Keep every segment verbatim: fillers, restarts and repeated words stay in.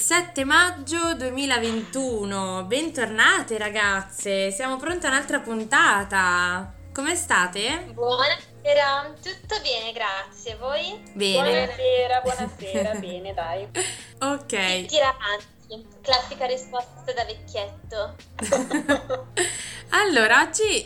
sette maggio duemilaventuno, bentornate ragazze, siamo pronte a un'altra puntata. Come state? Buonasera, tutto bene, grazie. Voi? Bene. Buonasera, buonasera, bene, dai. Ok. Chi tira avanti? Classica risposta da vecchietto. Allora, oggi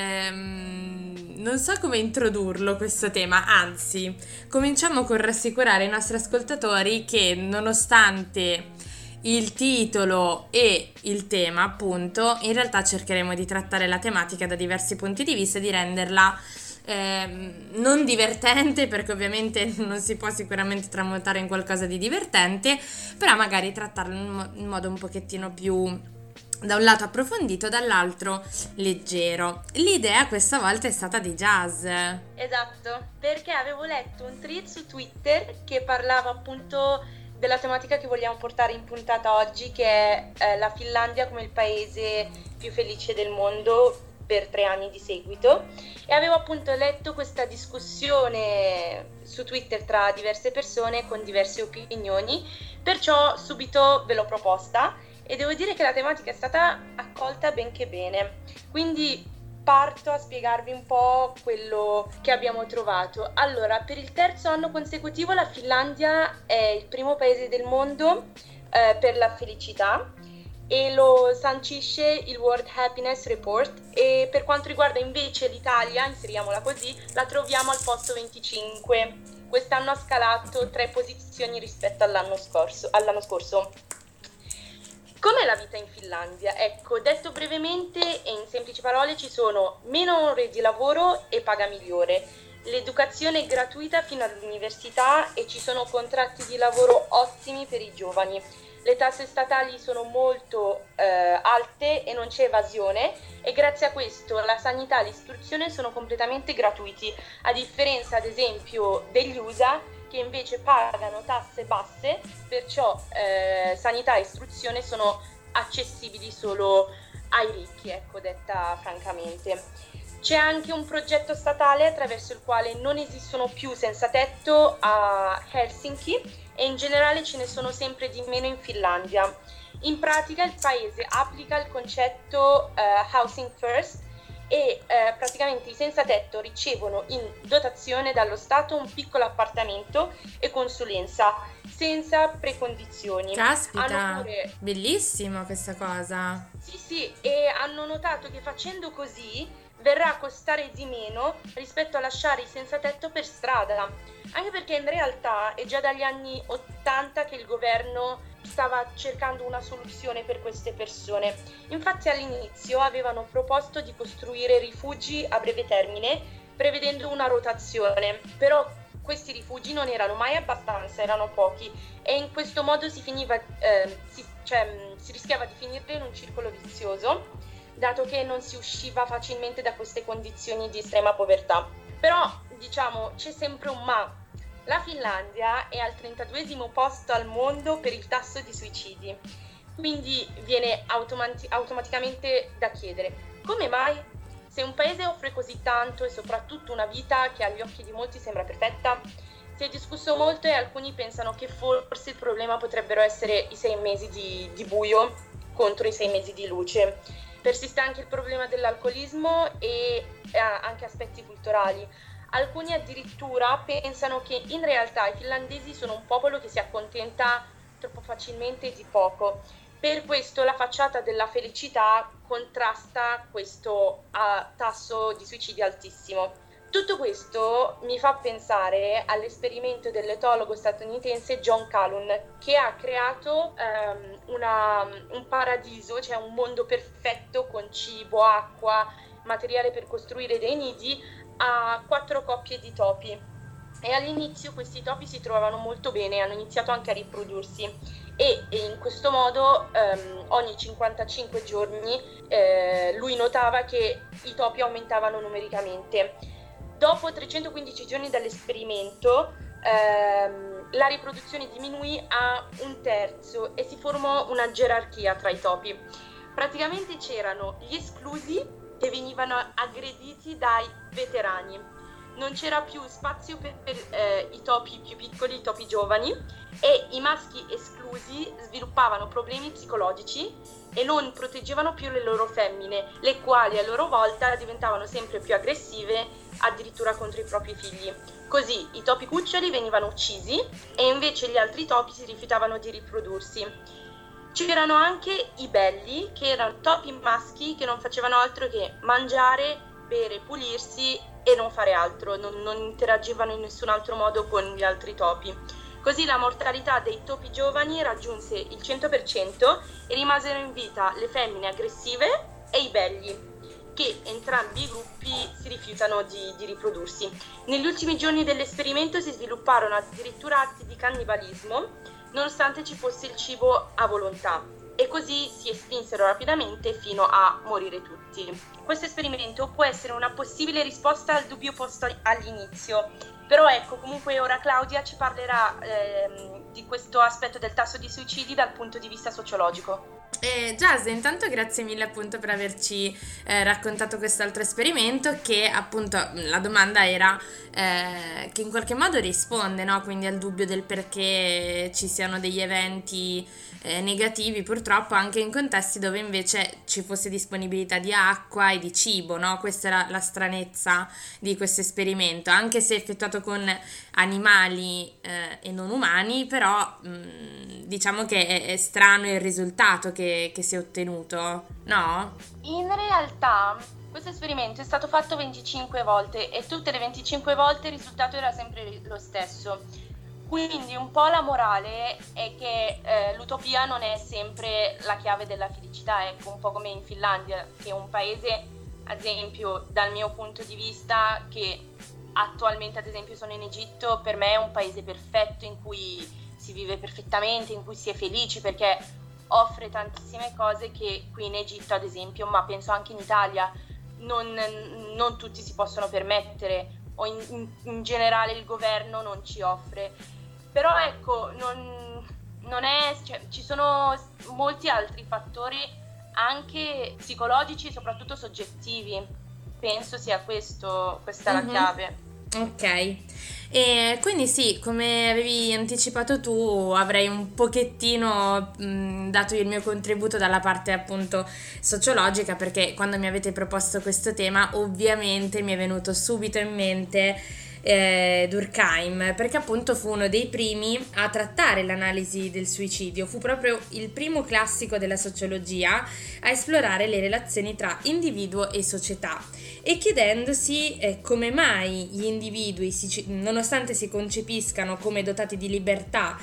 ehm, non so come introdurlo questo tema, anzi, cominciamo con rassicurare i nostri ascoltatori che nonostante il titolo e il tema, appunto, in realtà cercheremo di trattare la tematica da diversi punti di vista e di renderla ehm, non divertente, perché ovviamente non si può sicuramente tramutare in qualcosa di divertente, però magari trattarlo in, mo- in modo un pochettino più, da un lato approfondito, dall'altro leggero. L'idea questa volta è stata di Jazz. Esatto, perché avevo letto un tweet su Twitter che parlava appunto della tematica che vogliamo portare in puntata oggi, che è eh, la Finlandia come il paese più felice del mondo per tre anni di seguito, e avevo appunto letto questa discussione su Twitter tra diverse persone con diverse opinioni, perciò subito ve l'ho proposta e devo dire che la tematica è stata accolta benché bene. Quindi parto a spiegarvi un po' quello che abbiamo trovato. Allora, per il terzo anno consecutivo la Finlandia è il primo paese del mondo eh, per la felicità e lo sancisce il World Happiness Report, e per quanto riguarda invece l'Italia, inseriamola così, la troviamo al posto venticinque. Quest'anno ha scalato tre posizioni rispetto all'anno scorso. All'anno scorso. Com'è la vita in Finlandia? Ecco, detto brevemente e in semplici parole, ci sono meno ore di lavoro e paga migliore. L'educazione è gratuita fino all'università e ci sono contratti di lavoro ottimi per i giovani. Le tasse statali sono molto eh, alte e non c'è evasione, e grazie a questo la sanità e l'istruzione sono completamente gratuiti, a differenza ad esempio degli U S A, che invece pagano tasse basse, perciò eh, sanità e istruzione sono accessibili solo ai ricchi, ecco, detta francamente. C'è anche un progetto statale attraverso il quale non esistono più senza tetto a Helsinki, e in generale ce ne sono sempre di meno in Finlandia. In pratica il paese applica il concetto uh, Housing First, e eh, praticamente i senza tetto ricevono in dotazione dallo Stato un piccolo appartamento e consulenza senza precondizioni. Caspita, pure... bellissima questa cosa. Sì, sì, e hanno notato che facendo così verrà a costare di meno rispetto a lasciare i senza tetto per strada, anche perché in realtà è già dagli anni ottanta che il governo stava cercando una soluzione per queste persone. Infatti all'inizio avevano proposto di costruire rifugi a breve termine, prevedendo una rotazione, però questi rifugi non erano mai abbastanza, erano pochi, e in questo modo si finiva, eh, si, cioè, si rischiava di finire in un circolo vizioso, dato che non si usciva facilmente da queste condizioni di estrema povertà. Però, diciamo, c'è sempre un ma. La Finlandia è al trentaduesimo posto al mondo per il tasso di suicidi, quindi viene automati- automaticamente da chiedere: come mai? Se un paese offre così tanto e soprattutto una vita che agli occhi di molti sembra perfetta? Si è discusso molto e alcuni pensano che forse il problema potrebbero essere i sei mesi di, di buio contro i sei mesi di luce. Persiste anche il problema dell'alcolismo e eh, anche aspetti culturali. Alcuni addirittura pensano che in realtà i finlandesi sono un popolo che si accontenta troppo facilmente di poco. Per questo la facciata della felicità contrasta questo uh, tasso di suicidi altissimo. Tutto questo mi fa pensare all'esperimento dell'etologo statunitense John Calhoun, che ha creato um, una, un paradiso, cioè un mondo perfetto con cibo, acqua, materiale per costruire dei nidi, a quattro coppie di topi. E all'inizio questi topi si trovavano molto bene, hanno iniziato anche a riprodursi, e, e in questo modo um, ogni cinquantacinque giorni eh, lui notava che i topi aumentavano numericamente. Dopo trecentoquindici giorni dall'esperimento ehm, la riproduzione diminuì a un terzo e si formò una gerarchia tra i topi. Praticamente c'erano gli esclusi che venivano aggrediti dai veterani, non c'era più spazio per, per eh, i topi più piccoli, i topi giovani, e i maschi esclusi sviluppavano problemi psicologici e non proteggevano più le loro femmine, le quali a loro volta diventavano sempre più aggressive, addirittura contro i propri figli. Così i topi cuccioli venivano uccisi e invece gli altri topi si rifiutavano di riprodursi. C'erano anche i belli, che erano topi maschi che non facevano altro che mangiare, bere, pulirsi e non fare altro, non, non interagivano in nessun altro modo con gli altri topi. Così la mortalità dei topi giovani raggiunse il cento per cento e rimasero in vita le femmine aggressive e i belli, che entrambi i gruppi si rifiutano di, di riprodursi. Negli ultimi giorni dell'esperimento si svilupparono addirittura atti di cannibalismo, nonostante ci fosse il cibo a volontà, e così si estinsero rapidamente fino a morire tutti. Questo esperimento può essere una possibile risposta al dubbio posto all'inizio, però ecco, comunque ora Claudia ci parlerà ehm, di questo aspetto del tasso di suicidi dal punto di vista sociologico. Eh, Giasa, intanto grazie mille appunto per averci eh, raccontato quest'altro esperimento, che appunto la domanda era eh, che in qualche modo risponde, no? Quindi al dubbio del perché ci siano degli eventi eh, negativi purtroppo anche in contesti dove invece ci fosse disponibilità di acqua e di cibo, no? Questa era la stranezza di questo esperimento, anche se effettuato con animali eh, e non umani, però mh, diciamo che è, è strano il risultato che, che si è ottenuto, no? In realtà questo esperimento è stato fatto venticinque volte e tutte le venticinque volte il risultato era sempre lo stesso. Quindi un po' la morale è che eh, l'utopia non è sempre la chiave della felicità, ecco, un po' come in Finlandia, che è un paese, ad esempio, dal mio punto di vista, che attualmente ad esempio sono in Egitto, per me è un paese perfetto in cui si vive perfettamente, in cui si è felici, perché offre tantissime cose che qui in Egitto ad esempio, ma penso anche in Italia, non, non tutti si possono permettere, o in, in, in generale il governo non ci offre. Però ecco, non, non è, cioè, ci sono molti altri fattori anche psicologici e soprattutto soggettivi. Penso sia questo, questa mm-hmm. la chiave. Ok, e quindi sì, come avevi anticipato tu, avrei un pochettino mh, dato il mio contributo dalla parte appunto sociologica, perché quando mi avete proposto questo tema ovviamente mi è venuto subito in mente eh, Durkheim, perché appunto fu uno dei primi a trattare l'analisi del suicidio, fu proprio il primo classico della sociologia a esplorare le relazioni tra individuo e società, e chiedendosi eh, come mai gli individui, si, nonostante si concepiscano come dotati di libertà,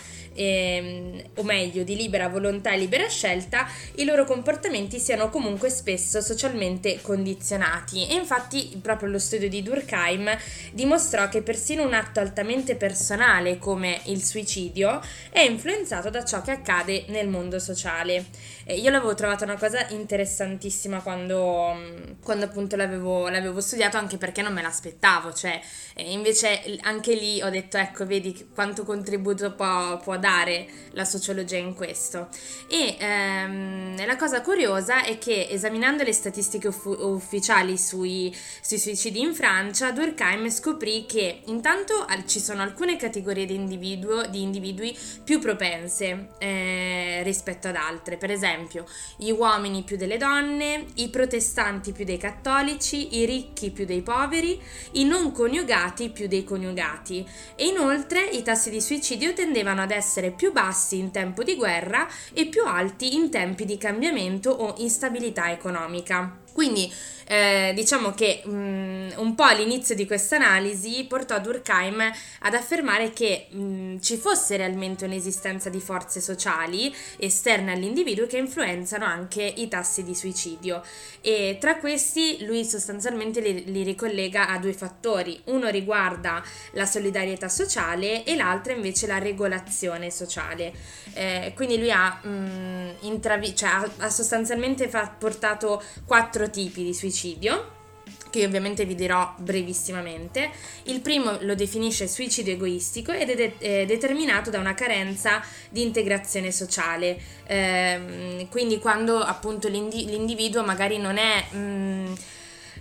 ehm, o meglio di libera volontà e libera scelta, i loro comportamenti siano comunque spesso socialmente condizionati. E infatti proprio lo studio di Durkheim dimostrò che persino un atto altamente personale come il suicidio è influenzato da ciò che accade nel mondo sociale. Eh, io l'avevo trovata una cosa interessantissima quando, quando appunto l'avevo, l'avevo studiato, anche perché non me l'aspettavo, cioè eh, invece anche lì ho detto ecco, vedi quanto contributo può, può dare la sociologia in questo. E ehm, la cosa curiosa è che esaminando le statistiche uffu- ufficiali sui, sui suicidi in Francia, Durkheim scoprì che intanto ci sono alcune categorie di, individuo, di individui più propense eh, rispetto ad altre, per esempio gli uomini più delle donne, i protestanti più dei cattolici, i ricchi più dei poveri, i non coniugati più dei coniugati, e inoltre i tassi di suicidio tendevano ad essere più bassi in tempo di guerra e più alti in tempi di cambiamento o instabilità economica. Quindi eh, diciamo che mh, un po' all'inizio di questa analisi portò Durkheim ad affermare che mh, ci fosse realmente un'esistenza di forze sociali esterne all'individuo che influenzano anche i tassi di suicidio, e tra questi lui sostanzialmente li, li ricollega a due fattori: uno riguarda la solidarietà sociale e l'altro invece la regolazione sociale. Eh, quindi lui ha, mh, intravi- cioè, ha, ha sostanzialmente fa- portato quattro tipi di suicidio, che ovviamente vi dirò brevissimamente. Il primo lo definisce suicidio egoistico ed è de- eh, determinato da una carenza di integrazione sociale, eh, quindi quando appunto l'indi- l'individuo magari non è mh,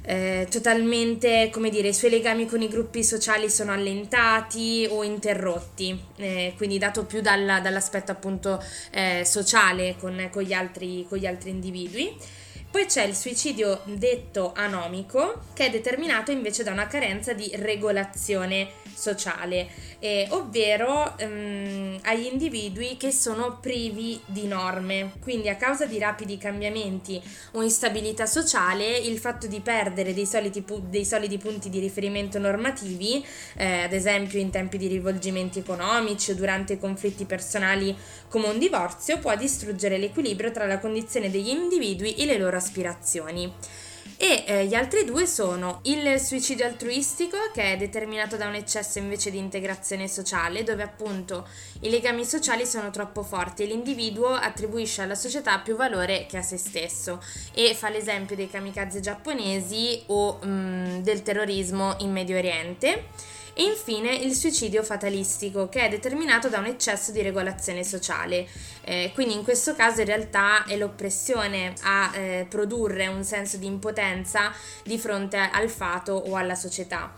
eh, totalmente, come dire, i suoi legami con i gruppi sociali sono allentati o interrotti, eh, quindi dato più dalla- dall'aspetto appunto eh, sociale con, con gli altri, con gli altri individui. Poi c'è il suicidio detto anomico, che è determinato invece da una carenza di regolazione sociale, eh, ovvero ehm, agli individui che sono privi di norme. Quindi a causa di rapidi cambiamenti o instabilità sociale, il fatto di perdere dei soliti, pu- dei soliti punti di riferimento normativi, eh, ad esempio in tempi di rivolgimenti economici o durante conflitti personali come un divorzio, può distruggere l'equilibrio tra la condizione degli individui e le loro aspirazioni. E eh, gli altri due sono il suicidio altruistico, che è determinato da un eccesso invece di integrazione sociale, dove appunto i legami sociali sono troppo forti e l'individuo attribuisce alla società più valore che a se stesso, e fa l'esempio dei kamikaze giapponesi o mh, del terrorismo in Medio Oriente. E infine il suicidio fatalistico, che è determinato da un eccesso di regolazione sociale, eh, quindi in questo caso in realtà è l'oppressione a eh, produrre un senso di impotenza di fronte al fato o alla società.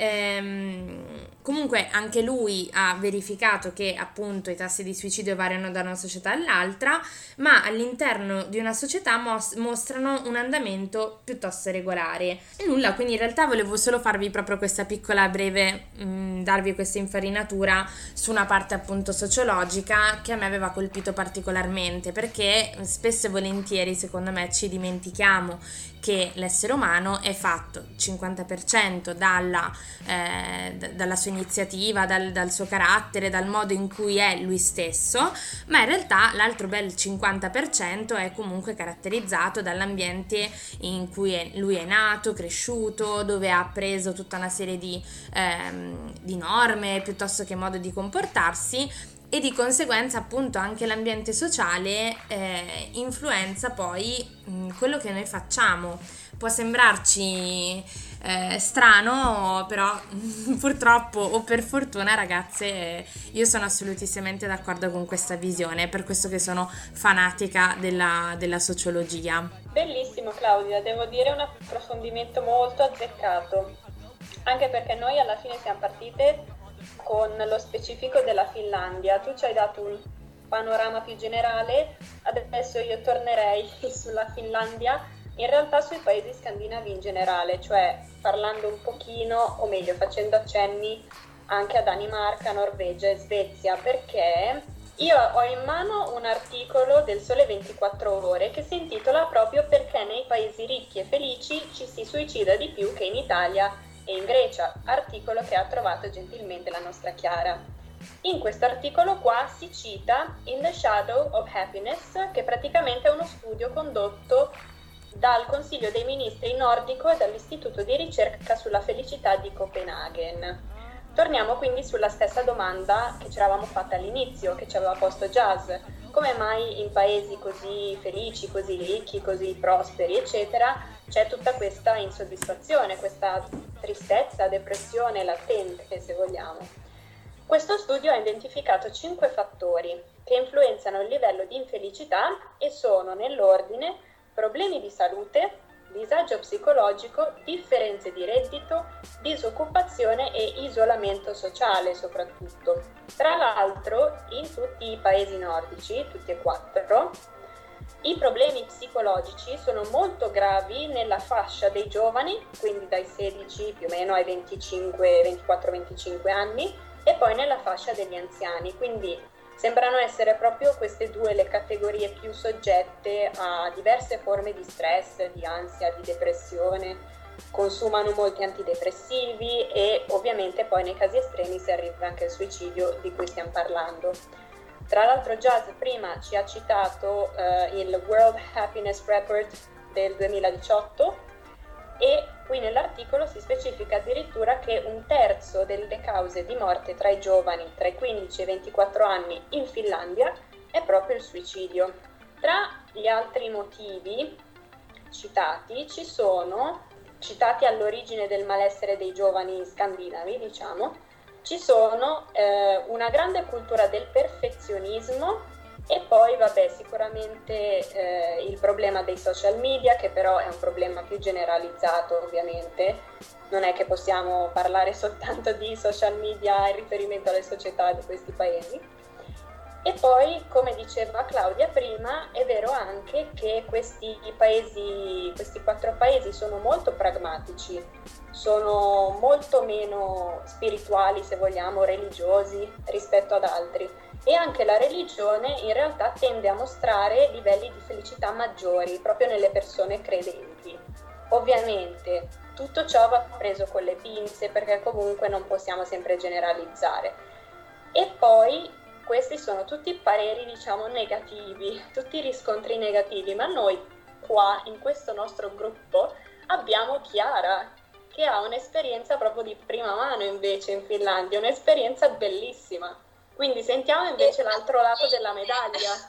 Ehm, comunque anche lui ha verificato che appunto i tassi di suicidio variano da una società all'altra, ma all'interno di una società mos- mostrano un andamento piuttosto regolare. E nulla, quindi in realtà volevo solo farvi proprio questa piccola breve, mh, darvi questa infarinatura su una parte appunto sociologica che a me aveva colpito particolarmente, perché spesso e volentieri secondo me ci dimentichiamo che l'essere umano è fatto cinquanta per cento dalla, eh, d- dalla sua iniziativa, dal, dal suo carattere, dal modo in cui è lui stesso, ma in realtà l'altro bel cinquanta per cento è comunque caratterizzato dall'ambiente in cui è, lui è nato, cresciuto, dove ha appreso tutta una serie di, ehm, di norme piuttosto che modo di comportarsi. E di conseguenza appunto anche l'ambiente sociale eh, influenza poi mh, quello che noi facciamo. Può sembrarci eh, strano, però purtroppo o per fortuna, ragazze, io sono assolutissimamente d'accordo con questa visione, per questo che sono fanatica della, della sociologia. Bellissimo Claudia, devo dire un approfondimento molto azzeccato, anche perché noi alla fine siamo partite con lo specifico della Finlandia. Tu ci hai dato un panorama più generale, adesso io tornerei sulla Finlandia, in realtà sui paesi scandinavi in generale, cioè parlando un pochino, o meglio facendo accenni anche a Danimarca, Norvegia e Svezia, perché io ho in mano un articolo del Sole ventiquattro Ore che si intitola proprio "Perché nei paesi ricchi e felici ci si suicida di più che in Italia e in Grecia", articolo che ha trovato gentilmente la nostra Chiara. In questo articolo qua si cita In the Shadow of Happiness, che praticamente è uno studio condotto dal Consiglio dei Ministri nordico e dall'Istituto di ricerca sulla felicità di Copenaghen. Torniamo quindi sulla stessa domanda che ci eravamo fatta all'inizio, che ci aveva posto Jazz. Come mai in paesi così felici, così ricchi, così prosperi, eccetera, c'è tutta questa insoddisfazione, questa tristezza, depressione latente, se vogliamo? Questo studio ha identificato cinque fattori che influenzano il livello di infelicità e sono, nell'ordine, problemi di salute, disagio psicologico, differenze di reddito, disoccupazione e isolamento sociale soprattutto. Tra l'altro, in tutti i paesi nordici, tutti e quattro, i problemi psicologici sono molto gravi nella fascia dei giovani, quindi dai sedici più o meno ai venticinque, ventiquattro venticinque anni, e poi nella fascia degli anziani, quindi sembrano essere proprio queste due le categorie più soggette a diverse forme di stress, di ansia, di depressione, consumano molti antidepressivi e ovviamente poi nei casi estremi si arriva anche al suicidio di cui stiamo parlando. Tra l'altro Jazz prima ci ha citato uh, il World Happiness Report del duemiladiciotto e qui nell'articolo si specifica addirittura che un terzo delle cause di morte tra i giovani tra i quindici e i ventiquattro anni in Finlandia è proprio il suicidio. Tra gli altri motivi citati ci sono, citati all'origine del malessere dei giovani scandinavi, diciamo, ci sono eh, una grande cultura del perfezionismo E poi vabbè, sicuramente eh, il problema dei social media, che però è un problema più generalizzato ovviamente, non è che possiamo parlare soltanto di social media in riferimento alle società di questi paesi. E poi, come diceva Claudia prima, è vero anche che questi paesi, questi quattro paesi sono molto pragmatici, sono molto meno spirituali, se vogliamo, religiosi rispetto ad altri. E anche la religione in realtà tende a mostrare livelli di felicità maggiori proprio nelle persone credenti. Ovviamente tutto ciò va preso con le pinze, perché comunque non possiamo sempre generalizzare. E poi questi sono tutti pareri, diciamo, negativi, tutti riscontri negativi, ma noi qua in questo nostro gruppo abbiamo Chiara, che ha un'esperienza proprio di prima mano invece in Finlandia, un'esperienza bellissima. Quindi sentiamo invece l'altro lato della medaglia.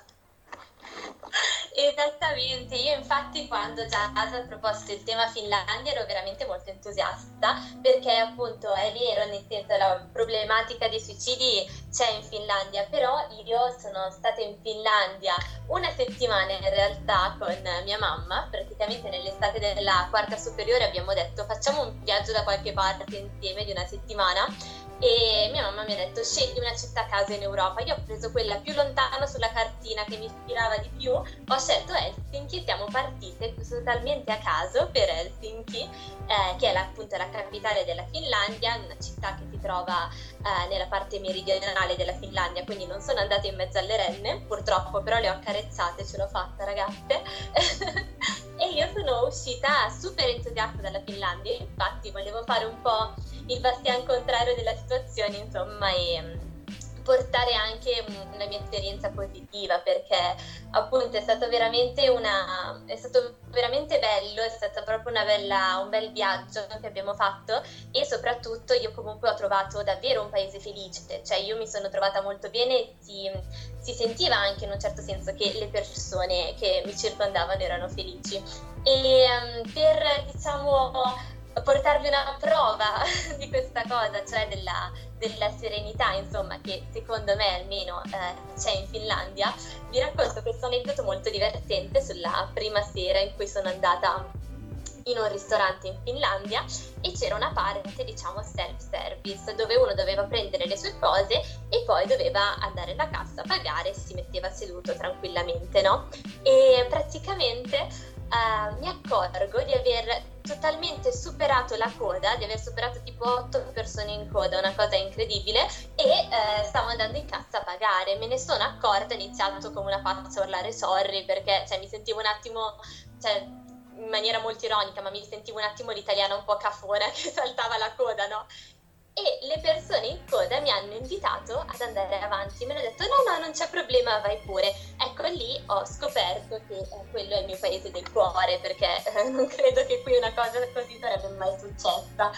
Esattamente, io infatti quando già ha proposto il tema Finlandia ero veramente molto entusiasta, perché appunto è vero, nel senso la problematica dei suicidi c'è in Finlandia, però io sono stata in Finlandia una settimana in realtà con mia mamma, praticamente nell'estate della quarta superiore abbiamo detto facciamo un viaggio da qualche parte insieme di una settimana. E mia mamma mi ha detto scegli una città a caso in Europa. Io ho preso quella più lontana sulla cartina che mi ispirava di più, ho scelto Helsinki, siamo partite totalmente a caso per Helsinki, eh, che è la, appunto la capitale della Finlandia, una città che si trova eh, nella parte meridionale della Finlandia, quindi non sono andata in mezzo alle renne purtroppo, però le ho accarezzate, ce l'ho fatta ragazze. E io sono uscita super entusiasta dalla Finlandia, infatti volevo fare un po' il bastian contrario della situazione, insomma, e portare anche una mia esperienza positiva, perché appunto è stato veramente una è stato veramente bello, è stato proprio una bella, un bel viaggio che abbiamo fatto, e soprattutto io comunque ho trovato davvero un paese felice, cioè io mi sono trovata molto bene e si, si sentiva anche in un certo senso che le persone che mi circondavano erano felici. E um, per diciamo portarvi una prova di questa cosa, cioè della, della serenità, insomma, che secondo me almeno eh, c'è in Finlandia, vi racconto questo aneddoto molto divertente sulla prima sera in cui sono andata in un ristorante in Finlandia, e c'era una parte, diciamo, self-service, dove uno doveva prendere le sue cose e poi doveva andare alla cassa a pagare e si metteva seduto tranquillamente, no? E praticamente Uh, mi accorgo di aver totalmente superato la coda, di aver superato tipo otto persone in coda, una cosa incredibile, e uh, stavo andando in cassa a pagare. Me ne sono accorta, ho iniziato come una pazza a urlare sorry, perché cioè, mi sentivo un attimo, cioè in maniera molto ironica, ma mi sentivo un attimo l'italiana un po' cafona che saltava la coda, no? E le persone in coda mi hanno invitato ad andare avanti, mi hanno detto no no non c'è problema, vai pure. Ecco, lì ho scoperto che eh, quello è il mio paese del cuore, perché eh, non credo che qui una cosa così sarebbe mai successa.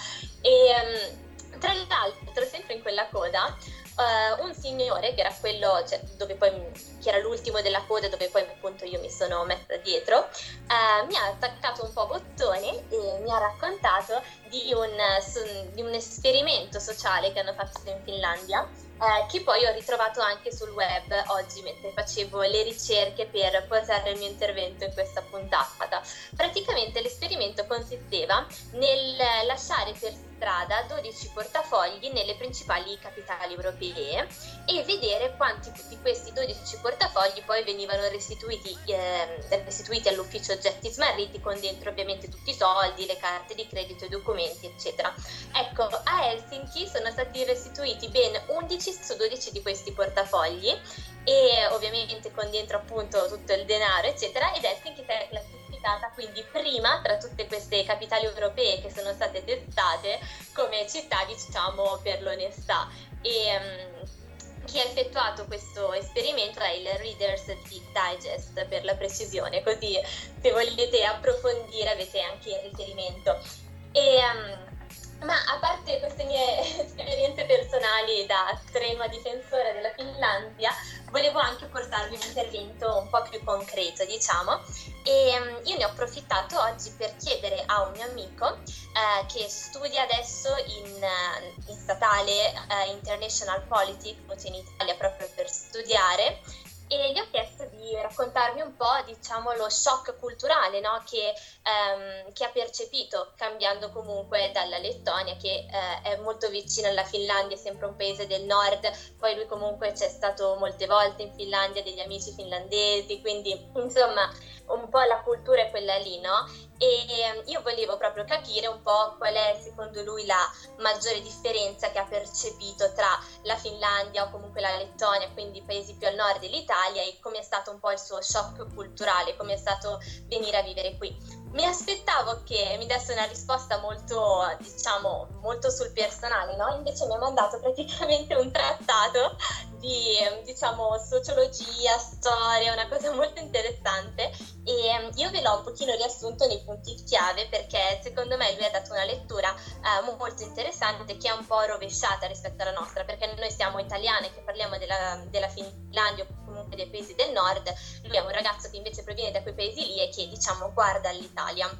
E um, tra l'altro sempre in quella coda uh, un signore che era quello, cioè, dove poi che era l'ultimo della coda, dove poi appunto io mi sono messa dietro, uh, mi ha attaccato un po' bottone e mi ha raccontato di un, su, di un esperimento sociale che hanno fatto in Finlandia, eh, che poi ho ritrovato anche sul web oggi mentre facevo le ricerche per portare il mio intervento in questa puntata. Praticamente l'esperimento consisteva nel lasciare per strada dodici portafogli nelle principali capitali europee e vedere quanti di questi dodici portafogli poi venivano restituiti, eh, restituiti all'ufficio oggetti smarriti, con dentro ovviamente tutti i soldi, le carte di credito, i documenti, eccetera. Ecco, a Helsinki sono stati restituiti ben undici su dodici di questi portafogli, e ovviamente con dentro appunto tutto il denaro, eccetera, ed Helsinki si è classificata quindi prima tra tutte queste capitali europee che sono state testate come città, diciamo, per l'onestà. E um, chi ha effettuato questo esperimento è il Reader's Digest, per la precisione, così se volete approfondire avete anche il riferimento. E um, ma a parte queste mie esperienze personali da strenua difensora della Finlandia, volevo anche portarvi un intervento un po' più concreto, diciamo, e um, io ne ho approfittato oggi per chiedere a un mio amico uh, che studia adesso in, uh, in statale uh, International Politics in Italia, proprio per studiare, e gli ho chiesto di raccontarmi un po', diciamo, lo shock culturale, no? che, ehm, che ha percepito cambiando comunque dalla Lettonia, che eh, è molto vicino alla Finlandia, è sempre un paese del nord. Poi lui comunque c'è stato molte volte in Finlandia, degli amici finlandesi, quindi insomma un po' la cultura è quella lì, no? E io volevo proprio capire un po' qual è secondo lui la maggiore differenza che ha percepito tra la Finlandia o comunque la Lettonia, quindi i paesi più al nord dell'Italia, e come è stato un po' il suo shock culturale, come è stato venire a vivere qui. Mi aspettavo che mi desse una risposta molto, diciamo, molto sul personale, no? Invece mi ha mandato praticamente un trattato di, diciamo, sociologia, storia, una cosa molto interessante, e io ve l'ho un pochino riassunto nei punti chiave, perché secondo me lui ha dato una lettura eh, molto interessante, che è un po' rovesciata rispetto alla nostra, perché noi siamo italiane che parliamo della, della Finlandia o comunque dei paesi del nord. Lui è un ragazzo che invece proviene da quei paesi lì e che, diciamo, guarda l'Italia.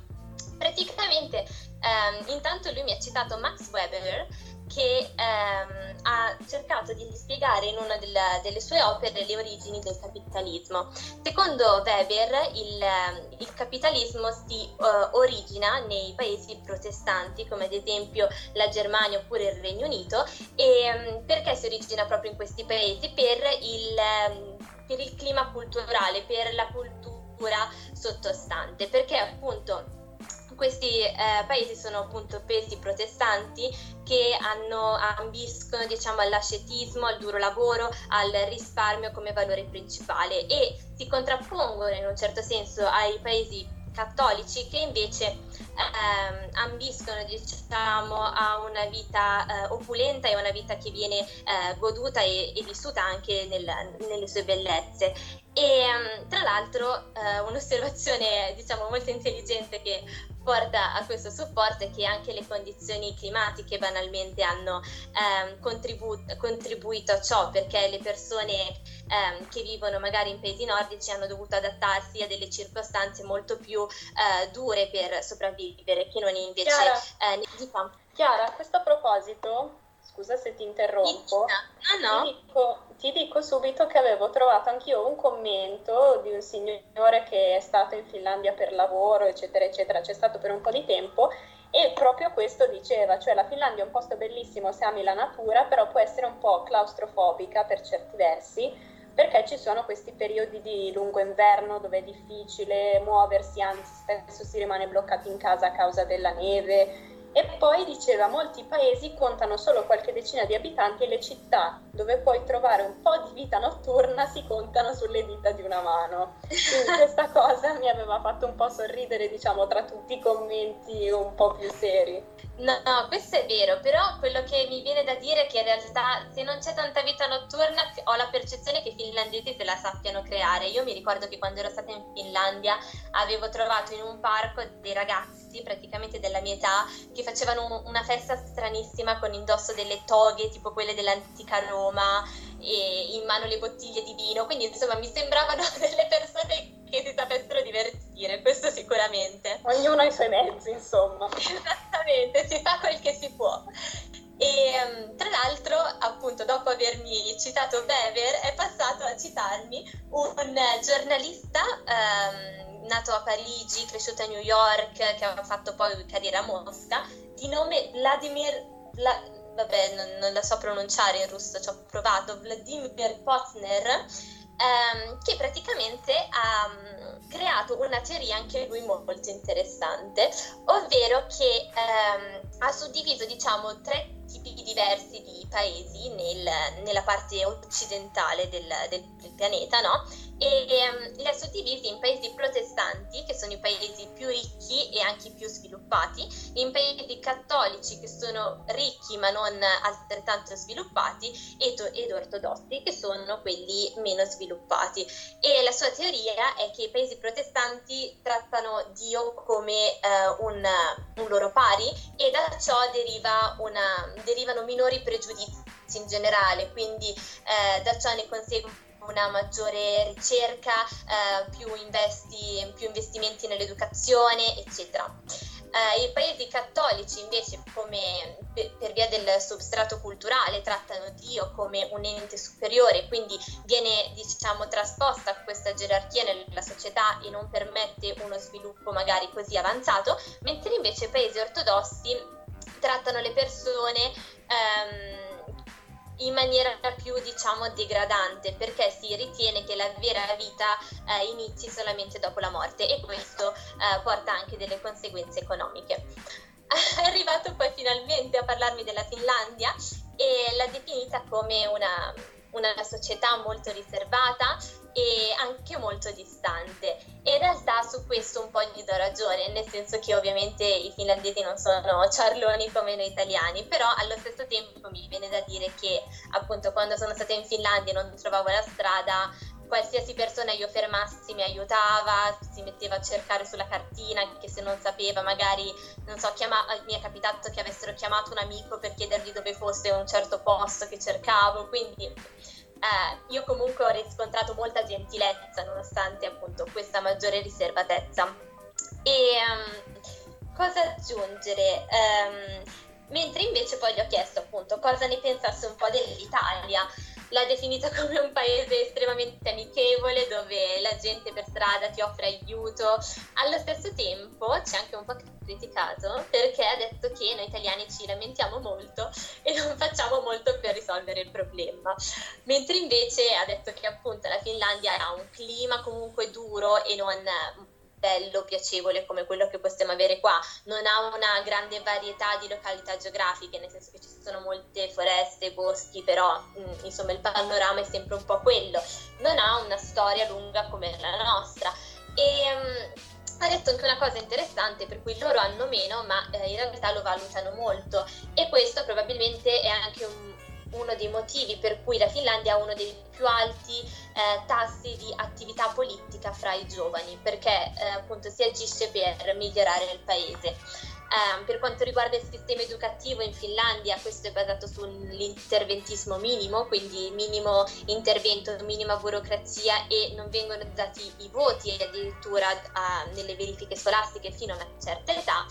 Praticamente ehm, intanto lui mi ha citato Max Weber, che ehm, ha cercato di spiegare in una della, delle sue opere le origini del capitalismo. Secondo Weber il, il capitalismo si uh, origina nei paesi protestanti, come ad esempio la Germania oppure il Regno Unito. E um, perché si origina proprio in questi paesi? Per il, um, per il clima culturale, per la cultura sottostante, perché appunto questi eh, paesi sono appunto paesi protestanti che hanno, ambiscono, diciamo, all'ascetismo, al duro lavoro, al risparmio come valore principale, e si contrappongono in un certo senso ai paesi cattolici che invece ehm, ambiscono, diciamo, a una vita eh, opulenta e una vita che viene eh, goduta e, e vissuta anche nel, nelle sue bellezze. E tra l'altro eh, un'osservazione, diciamo, molto intelligente che porta a questo supporto è che anche le condizioni climatiche banalmente hanno ehm, contribu- contribuito a ciò, perché le persone ehm, che vivono magari in paesi nordici hanno dovuto adattarsi a delle circostanze molto più eh, dure per sopravvivere, che non invece Chiara, eh, diciamo. Chiara, a questo proposito, scusa se ti interrompo, no, no. Ti, dico, ti dico subito che avevo trovato anch'io un commento di un signore che è stato in Finlandia per lavoro, eccetera, eccetera, c'è stato per un po' di tempo, e proprio questo diceva, cioè la Finlandia è un posto bellissimo se ami la natura, però può essere un po' claustrofobica per certi versi, perché ci sono questi periodi di lungo inverno dove è difficile muoversi, anzi spesso si rimane bloccati in casa a causa della neve. E poi diceva, molti paesi contano solo qualche decina di abitanti e le città dove puoi trovare un po' di vita notturna si contano sulle dita di una mano. Quindi questa cosa mi aveva fatto un po' sorridere, diciamo, tra tutti i commenti un po' più seri. No, no, questo è vero, però quello che mi viene da dire è che in realtà se non c'è tanta vita notturna ho la percezione che i finlandesi se la sappiano creare. Io mi ricordo che quando ero stata in Finlandia avevo trovato in un parco dei ragazzi praticamente della mia età che facevano una festa stranissima con indosso delle toghe tipo quelle dell'antica Roma e in mano le bottiglie di vino, quindi insomma mi sembravano delle persone che si sapessero divertire, questo sicuramente. Ognuno ha i suoi mezzi, insomma. Esattamente, si fa quel che si può. E tra l'altro, appunto, dopo avermi citato Weber, è passato a citarmi un giornalista ehm, nato a Parigi, cresciuto a New York, che aveva fatto poi carriera a Mosca, di nome Vladimir, Vla, vabbè, non, non la so pronunciare in russo, ci ho provato, Vladimir Pozner, ehm, che praticamente ha um, creato una teoria anche lui molto interessante, ovvero che ehm, ha suddiviso, diciamo, tre tipi diversi di paesi nel, nella parte occidentale del, del, del pianeta, no? E um, li ha suddivisi in paesi protestanti, che sono i paesi più ricchi e anche più sviluppati, in paesi cattolici, che sono ricchi ma non altrettanto sviluppati, ed, ed ortodossi, che sono quelli meno sviluppati. E la sua teoria è che i paesi protestanti trattano Dio come uh, un, un loro pari, e da ciò deriva una, derivano minori pregiudizi in generale, quindi eh, da ciò ne consegue una maggiore ricerca, eh, più, investi, più investimenti nell'educazione, eccetera. Eh, I paesi cattolici invece, come per, per via del substrato culturale, trattano Dio come un ente superiore, quindi viene, diciamo, trasposta questa gerarchia nella società e non permette uno sviluppo magari così avanzato, mentre invece i paesi ortodossi trattano le persone ehm, in maniera più, diciamo, degradante, perché si ritiene che la vera vita eh, inizi solamente dopo la morte, e questo eh, porta anche delle conseguenze economiche. È arrivato poi finalmente a parlarmi della Finlandia e l'ha definita come una, una società molto riservata e anche molto distante, e in realtà su questo un po' gli do ragione, nel senso che ovviamente i finlandesi non sono ciarloni come noi italiani, però allo stesso tempo mi viene da dire che appunto quando sono stata in Finlandia e non trovavo la strada, qualsiasi persona io fermassi mi aiutava, si metteva a cercare sulla cartina, anche se non sapeva, magari, non so, chiama- mi è capitato che avessero chiamato un amico per chiedergli dove fosse un certo posto che cercavo, quindi eh, io comunque ho riscontrato molta gentilezza nonostante appunto questa maggiore riservatezza. E um, cosa aggiungere? Um, mentre invece poi gli ho chiesto appunto cosa ne pensasse un po' dell'Italia. L'ha definita come un paese estremamente amichevole, dove la gente per strada ti offre aiuto. Allo stesso tempo ci ha anche un po' criticato, perché ha detto che noi italiani ci lamentiamo molto e non facciamo molto per risolvere il problema, mentre invece ha detto che appunto la Finlandia ha un clima comunque duro e non bello, piacevole come quello che possiamo avere qua, non ha una grande varietà di località geografiche, nel senso che ci sono molte foreste, boschi, però mh, insomma il panorama è sempre un po' quello, non ha una storia lunga come la nostra. E mh, ha detto anche una cosa interessante, per cui loro hanno meno, ma eh, in realtà lo valutano molto, e questo probabilmente è anche un uno dei motivi per cui la Finlandia ha uno dei più alti eh, tassi di attività politica fra i giovani, perché eh, appunto si agisce per migliorare il paese. Eh, per quanto riguarda il sistema educativo in Finlandia, questo è basato sull'interventismo minimo, quindi minimo intervento, minima burocrazia, e non vengono dati i voti addirittura a, nelle verifiche scolastiche fino a una certa età.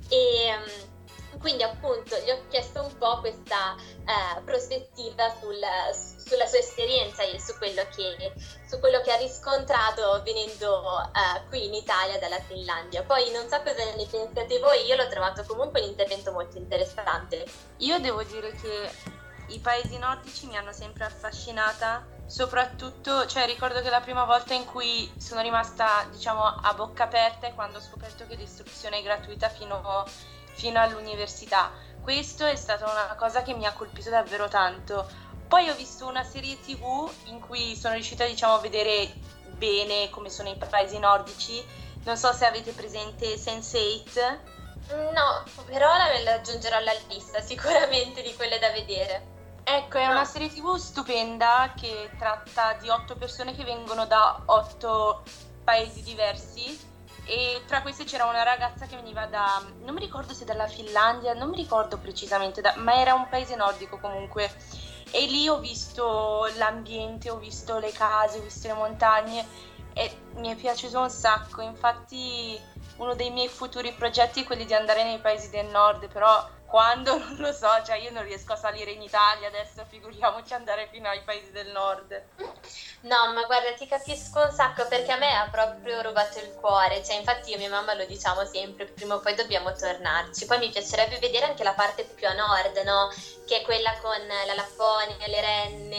E um, quindi appunto gli ho chiesto un po' questa eh, prospettiva sul, sulla sua esperienza e su quello che, su quello che ha riscontrato venendo eh, qui in Italia dalla Finlandia. Poi non so cosa ne pensate voi, io l'ho trovato comunque un intervento molto interessante. Io devo dire che i paesi nordici mi hanno sempre affascinata, soprattutto, cioè ricordo che la prima volta in cui sono rimasta, diciamo, a bocca aperta è quando ho scoperto che l'istruzione è gratuita fino fino all'università. Questo è stata una cosa che mi ha colpito davvero tanto. Poi ho visto una serie tivù in cui sono riuscita, diciamo, a vedere bene come sono i paesi nordici. Non so se avete presente sense eight. No, però la, la aggiungerò alla lista sicuramente di quelle da vedere. Ecco, è una serie tivù stupenda che tratta di otto persone che vengono da otto paesi diversi, e tra queste c'era una ragazza che veniva da, non mi ricordo se dalla Finlandia, non mi ricordo precisamente, da, ma era un paese nordico comunque, e lì ho visto l'ambiente, ho visto le case, ho visto le montagne e mi è piaciuto un sacco. Infatti uno dei miei futuri progetti è quelli di andare nei paesi del nord, però quando non lo so, cioè io non riesco a salire in Italia adesso, figuriamoci andare fino ai paesi del nord. No, ma guarda, ti capisco un sacco, perché a me ha proprio rubato il cuore, cioè infatti io e mia mamma lo diciamo sempre, prima o poi dobbiamo tornarci. Poi mi piacerebbe vedere anche la parte più a nord, no? Che è quella con la Lapponia, le renne,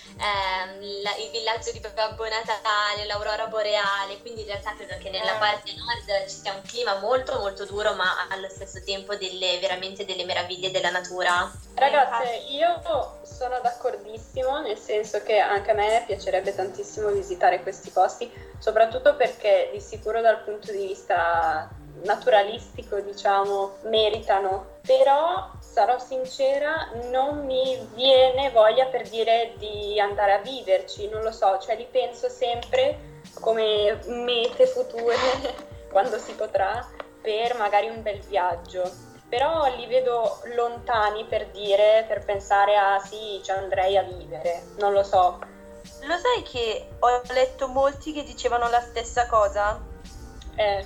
ehm, la, il villaggio di Babbo Natale, l'aurora boreale, quindi in realtà credo che nella parte nord ci sia un clima molto molto duro, ma allo stesso tempo delle veramente delle meraviglie della natura. Ragazze, io sono d'accordissimo, nel senso che anche a me piacerebbe tantissimo visitare questi posti, soprattutto perché di sicuro dal punto di vista naturalistico, diciamo, meritano, però sarò sincera, non mi viene voglia, per dire, di andare a viverci, non lo so, cioè li penso sempre come mete future quando si potrà, per magari un bel viaggio. Però li vedo lontani, per dire, per pensare a sì, ci andrei a vivere, non lo so. Lo sai che ho letto molti che dicevano la stessa cosa? Eh.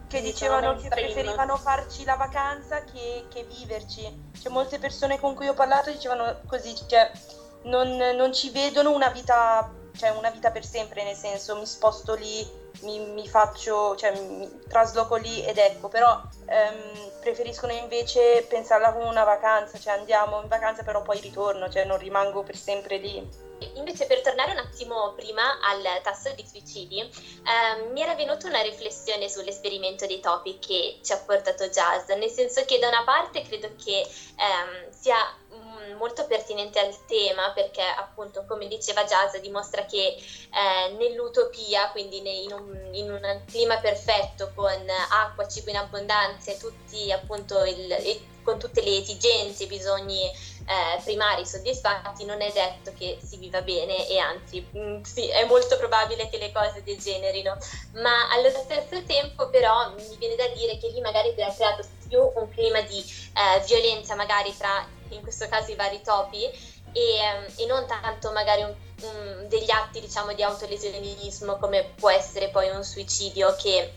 che Sì, dicevano sono che mainstream. preferivano farci la vacanza che, che viverci. Cioè, molte persone con cui ho parlato dicevano così, cioè non, non ci vedono una vita, cioè una vita per sempre, nel senso mi sposto lì, mi, mi faccio, cioè mi trasloco lì ed ecco, però ehm, preferiscono invece pensarla come una vacanza, cioè andiamo in vacanza però poi ritorno, cioè non rimango per sempre lì. Invece, per tornare un attimo prima al tasso di suicidi, ehm, mi era venuta una riflessione sull'esperimento dei topi che ci ha portato Jazz, nel senso che da una parte credo che ehm, sia mm, molto pertinente al tema, perché appunto, come diceva Jazz, dimostra che eh, nell'utopia, quindi ne- in, un, in un clima perfetto, con acqua, cibo in abbondanza e tutti appunto il, e con tutte le esigenze, i bisogni eh, primari soddisfatti, non è detto che si viva bene e anzi mh, sì, è molto probabile che le cose degenerino, ma allo stesso tempo però mi viene da dire che lì magari si è creato più un clima di eh, violenza magari tra, in questo caso, i vari topi e, ehm, e non tanto magari un, un, degli atti diciamo di autolesionismo come può essere poi un suicidio che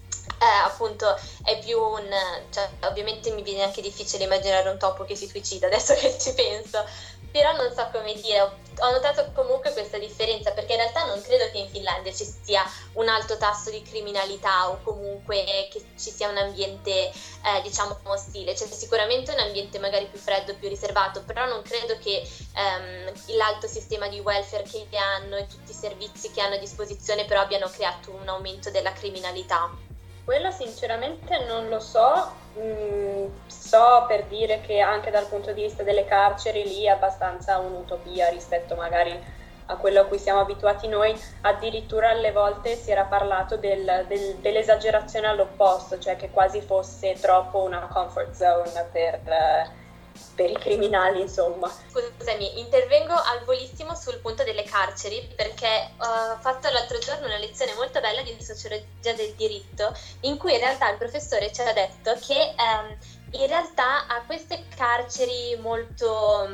Eh, appunto è più un, cioè ovviamente mi viene anche difficile immaginare un topo che si suicida adesso che ci penso, però non so come dire, ho, ho notato comunque questa differenza, perché in realtà non credo che in Finlandia ci sia un alto tasso di criminalità o comunque che ci sia un ambiente eh, diciamo ostile, c'è sicuramente un ambiente magari più freddo, più riservato, però non credo che ehm, l'alto sistema di welfare che hanno e tutti i servizi che hanno a disposizione però abbiano creato un aumento della criminalità. Quello sinceramente non lo so, mm, so per dire che anche dal punto di vista delle carceri lì è abbastanza un'utopia rispetto magari a quello a cui siamo abituati noi, addirittura alle volte si era parlato del, del, dell'esagerazione all'opposto, cioè che quasi fosse troppo una comfort zone per... Eh, per i criminali, insomma. Scusami, intervengo al volissimo sul punto delle carceri, perché ho fatto l'altro giorno una lezione molto bella di sociologia del diritto, in cui in realtà il professore ci ha detto che ehm, in realtà a queste carceri molto,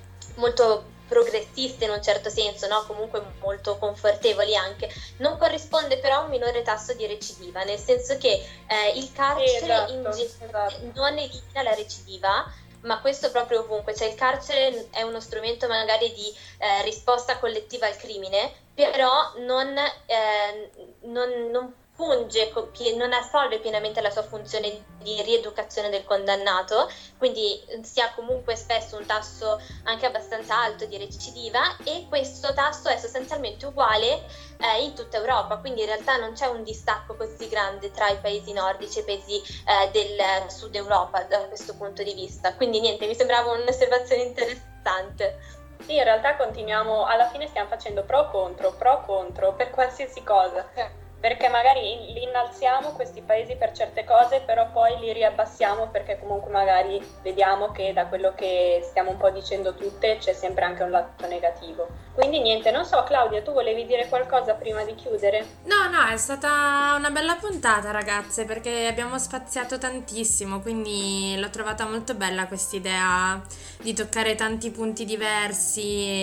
molto progressiste in un certo senso, no? Comunque molto confortevoli anche, non corrisponde però a un minore tasso di recidiva, nel senso che eh, il carcere Esatto, in genere esatto. non elimina la recidiva, ma questo proprio ovunque, cioè il carcere è uno strumento magari di eh, risposta collettiva al crimine, però non, eh, non, non funge, non assolve pienamente la sua funzione di rieducazione del condannato, quindi si ha comunque spesso un tasso anche abbastanza alto di recidiva e questo tasso è sostanzialmente uguale eh, in tutta Europa, quindi in realtà non c'è un distacco così grande tra i paesi nordici e i paesi eh, del sud Europa da questo punto di vista, quindi niente, mi sembrava un'osservazione interessante. Sì, in realtà continuiamo, alla fine stiamo facendo pro contro, pro contro per qualsiasi cosa. Perché magari li innalziamo questi paesi per certe cose, però poi li riabbassiamo perché comunque magari vediamo che da quello che stiamo un po' dicendo tutte c'è sempre anche un lato negativo. Quindi niente, non so, Claudia, tu volevi dire qualcosa prima di chiudere? No, no, è stata una bella puntata, ragazze, perché abbiamo spaziato tantissimo, quindi l'ho trovata molto bella quest'idea di toccare tanti punti diversi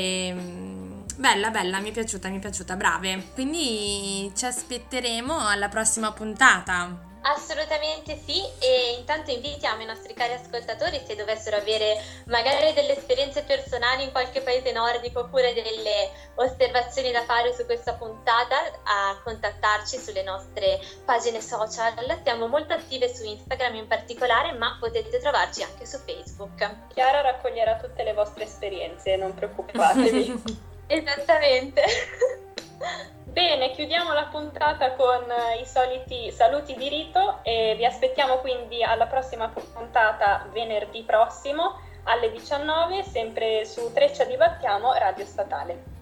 e... Bella, bella, mi è piaciuta, mi è piaciuta, brave. Quindi ci aspetteremo alla prossima puntata. Assolutamente sì, e intanto invitiamo i nostri cari ascoltatori, se dovessero avere magari delle esperienze personali in qualche paese nordico oppure delle osservazioni da fare su questa puntata, a contattarci sulle nostre pagine social. Siamo molto attive su Instagram in particolare, ma potete trovarci anche su Facebook. Chiara raccoglierà tutte le vostre esperienze, non preoccupatevi. Esattamente. Bene, chiudiamo la puntata con i soliti saluti di rito e vi aspettiamo quindi alla prossima puntata venerdì prossimo alle diciannove, sempre su Treccia Dibattiamo, Radio Statale.